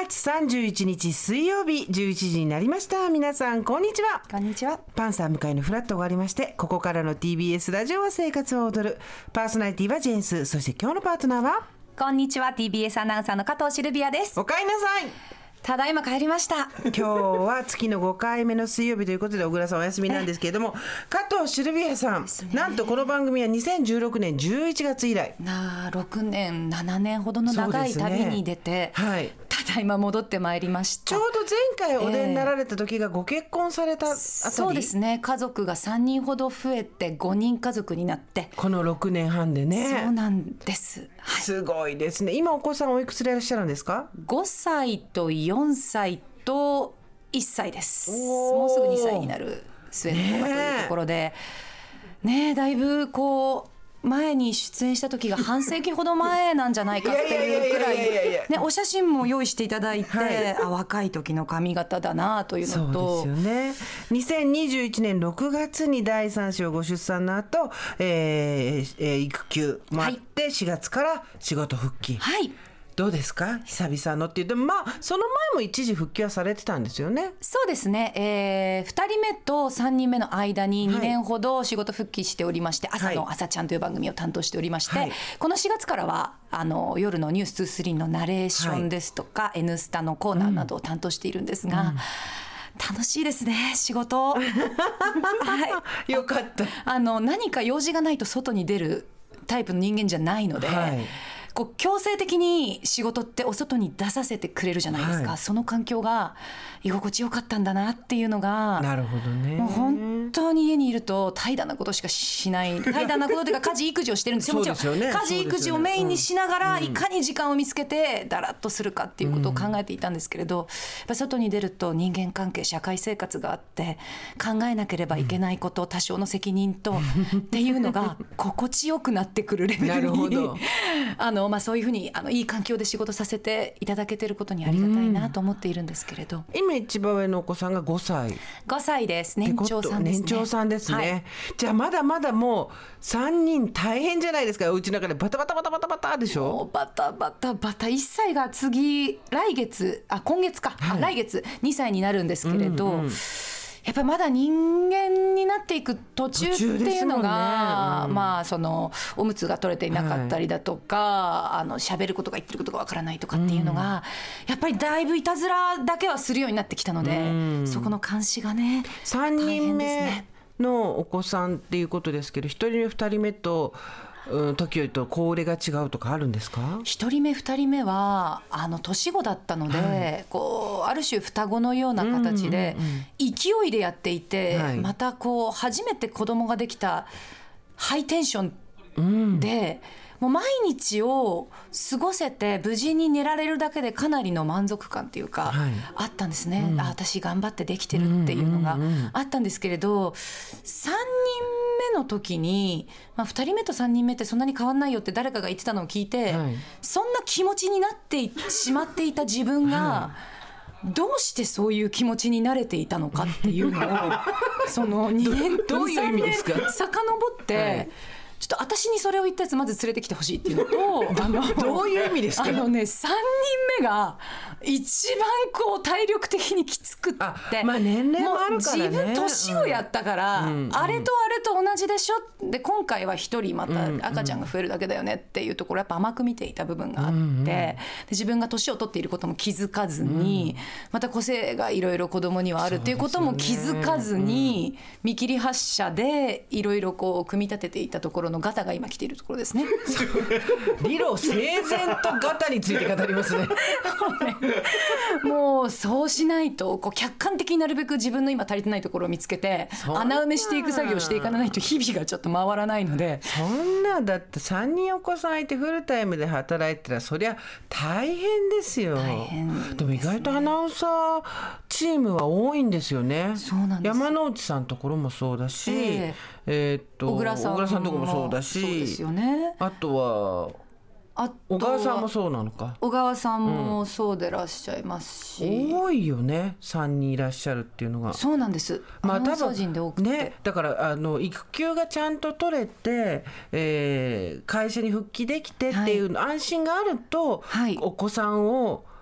月31日水曜日11時になりました。皆さんこんにちは。 こんにちは。 パンサー向かいのフラットが終わりまして、ここからの TBS ラジオは生活を踊る。パーソナリティはジェーンス、そして今日のパートナーはこんにちは。 TBS アナウンサーの加藤シルビアです。 おかえりなさい。 ただいま帰りました。 今日は月の5回目の水曜日ということで小倉さんお休みなんですけれども、加藤シルビアさん、なんとこの番組は2016年11月以来 6年7年ほどの長い旅に出て、 はい、 ただいま戻ってまいりました。 ちょうど前回お出になられた時がご結婚されたあたり、 そうですね。家族が3人ほど増えて5人家族になって、 この6年半でね。 そうなんです、はい、 すごいですね。今お子さんおいくつでいらっしゃるんですか ？5歳と4歳と1歳です。もうすぐ2歳になる末の子がというところでね、だいぶこう前に出演した時が半世紀ほど前なんじゃないかっていうくらいね、お写真も用意していただいて、はい、若い時の髪型だなというのと、 そうですよね。2021年6月に第3子をご出産の後、育休もあって4月から仕事復帰、 はい、 どうですか久々のっていうと、その前も一時復帰はされてたんですよね。 そうですね、2人目と3人目の間に2年ほど仕事復帰しておりまして、朝の朝ちゃんという番組を担当しておりまして、はい、この4月からは夜のニュース23のナレーションですとか、はい、N スタのコーナーなどを担当しているんですが、楽しいですね仕事はい、 よかった。 何か用事がないと外に出るタイプの人間じゃないので、はい、こう強制的に仕事ってお外に出させてくれるじゃないですか、はい、その環境が居心地よかったんだなっていうのが。 なるほどね。 もう本当に家にいると怠惰なことしかしない怠惰なことというか家事育児をしてるんですよ。もちろんそうですよね、 家事育児をメインにしながらいかに時間を見つけてだらっとするかっていうことを考えていたんですけれど、やっぱ外に出ると人間関係社会生活があって考えなければいけないこと、多少の責任とっていうのが心地よくなってくるレベルになるほどそういうふうにいい環境で仕事させていただけていることにありがたいなと思っているんですけれど、 今一番上のお子さんが5歳。 5歳です。年長さんですね。 年長さんですね、はい、じゃあまだまだもう3人大変じゃないですか。お家の中でバタバタバタバタバタでしょ。 もうバタバタバタ。1歳が今月か、はい、来月2歳になるんですけれど、やっぱりまだ人間になっていく途中っていうのが、そのおむつが取れていなかったりだとか、喋ることが言ってることがわからないとかっていうのが、やっぱりだいぶいたずらだけはするようになってきたので、そこの監視がね 3人目のお子さんっていうことですけど、1人目2人目と時よりと高齢が違うとかあるんですか？1 人目2人目は年子だったので、はい、こうある種双子のような形で勢いでやっていて、またこう初めて子供ができたハイテンションで、もう毎日を過ごせて無事に寝られるだけでかなりの満足感っていうか、あったんですね、私頑張ってできてるっていうのがあったんですけれど、3人目の時に、2人目と3人目ってそんなに変わんないよって誰かが言ってたのを聞いて、そんな気持ちになってしまっていた自分が、どうしてそういう気持ちに慣れていたのかっていうのをその2年と3年遡って、ちょっと私にそれを言ったやつまず連れてきてほしいっていうのとどういう意味ですか？ 3人目が一番こう体力的にきつくって、 年齢もあるからね、 もう自分年をやったから、あれとあれと同じでしょで、今回は一人また赤ちゃんが増えるだけだよねっていうところやっぱ甘く見ていた部分があって、で自分が年を取っていることも気づかずに、また個性がいろいろ子供にはあるっていうことも気づかずに、見切り発車でいろいろこう組み立てていたところのガタが今来ているところですね。 理路整然とガタについて語りますね。 もうそうしないとこう客観的になるべく自分の今足りてないところを見つけて穴埋めしていく作業をしていかないと日々がちょっと回らないので。 そんなだって3人お子さんいてフルタイムで働いてたらそりゃ大変ですよ。 大変ですね。 でも意外とアナウンサーチームは多いんですよね。 そうなんです。 山之内さんのところもそうだし、小倉さんのところもそうだし、 そうですよね。 あとは小川さんもそうなのか。 小川さんもそうでらっしゃいますし、 多いよね3人いらっしゃるっていうのが。 そうなんです。アナウンサー陣で多くて、 ね、だから育休がちゃんと取れて、会社に復帰できてっていう、安心があると、お子さんを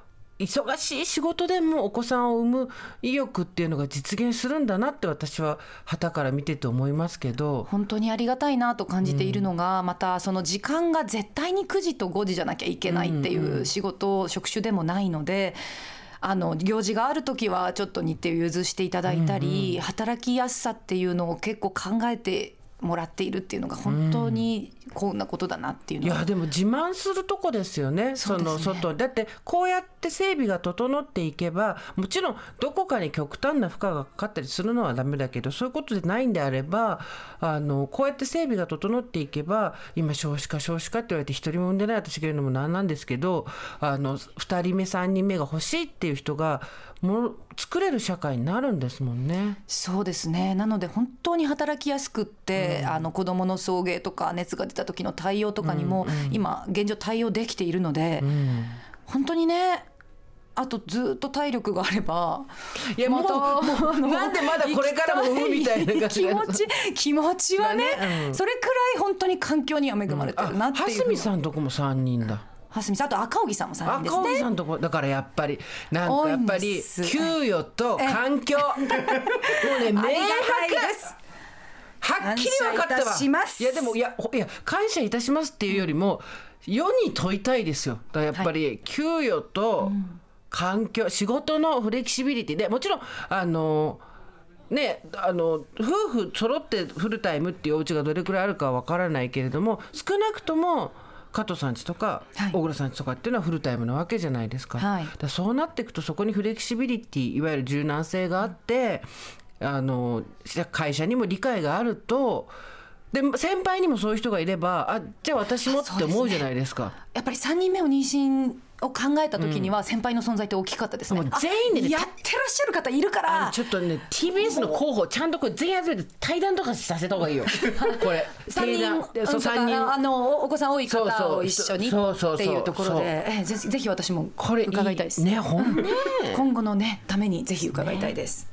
忙しい仕事でもお子さんを産む意欲っていうのが実現するんだなって私は傍から見てて思いますけど、 本当にありがたいなと感じているのが、またその時間が絶対に9時と5時じゃなきゃいけないっていう仕事、職種でもないので、行事がある時はちょっと日程を融通していただいたり、働きやすさっていうのを結構考えてもらっているっていうのが本当にこんなことだなっていうのは、 いやでも自慢するとこですよね。 そうですね。 その外だってこうやって整備が整っていけば、もちろんどこかに極端な負荷がかかったりするのはダメだけど、そういうことでないんであればこうやって整備が整っていけば、今少子化って言われて一人も産んでない私が言うのもなんなんですけど、2人目3人目が欲しいっていう人がもう作れる社会になるんですもんね。 そうですね。なので本当に働きやすくって、子どもの送迎とか熱が出た時の対応とかにも、今現状対応できているので、本当にね、あとずっと体力があれば、 いやまたなんでまだこれからも産むみたいな感じ気持ちはね、それくらい本当に環境には恵まれてるなっていう。 蓮見さんとこも3人だ。 蓮見さん、あと赤荻さんも3人ですね。 赤荻さんとこだからやっぱりなんかやっぱり給与と環境もうね明白ですはっきり分かったわ。いやでもいや感謝いたしますっていうよりも、世に問いたいですよ。だからやっぱり給与と環境、仕事のフレキシビリティで、もちろんね、夫婦揃ってフルタイムっていうお家がどれくらいあるかは分からないけれども、少なくとも加藤さん家とか小倉さん家とかっていうのはフルタイムなわけじゃないですか。だそうなっていくと、そこにフレキシビリティ、いわゆる柔軟性があって、会社にも理解があると、で先輩にもそういう人がいれば、じゃあ私もって思うじゃないですか。 やっぱり3人目を妊娠を考えた時には先輩の存在って大きかったですね。 全員でね、 やってらっしゃる方いるから、 ちょっとね TBS の広報ちゃんとこれ全員集めて対談とかさせた方がいいよこれ 3人お子さん多い方を一緒にっていうところで、ぜひ私も伺いたいですね。 今後のねためにぜひ伺いたいです。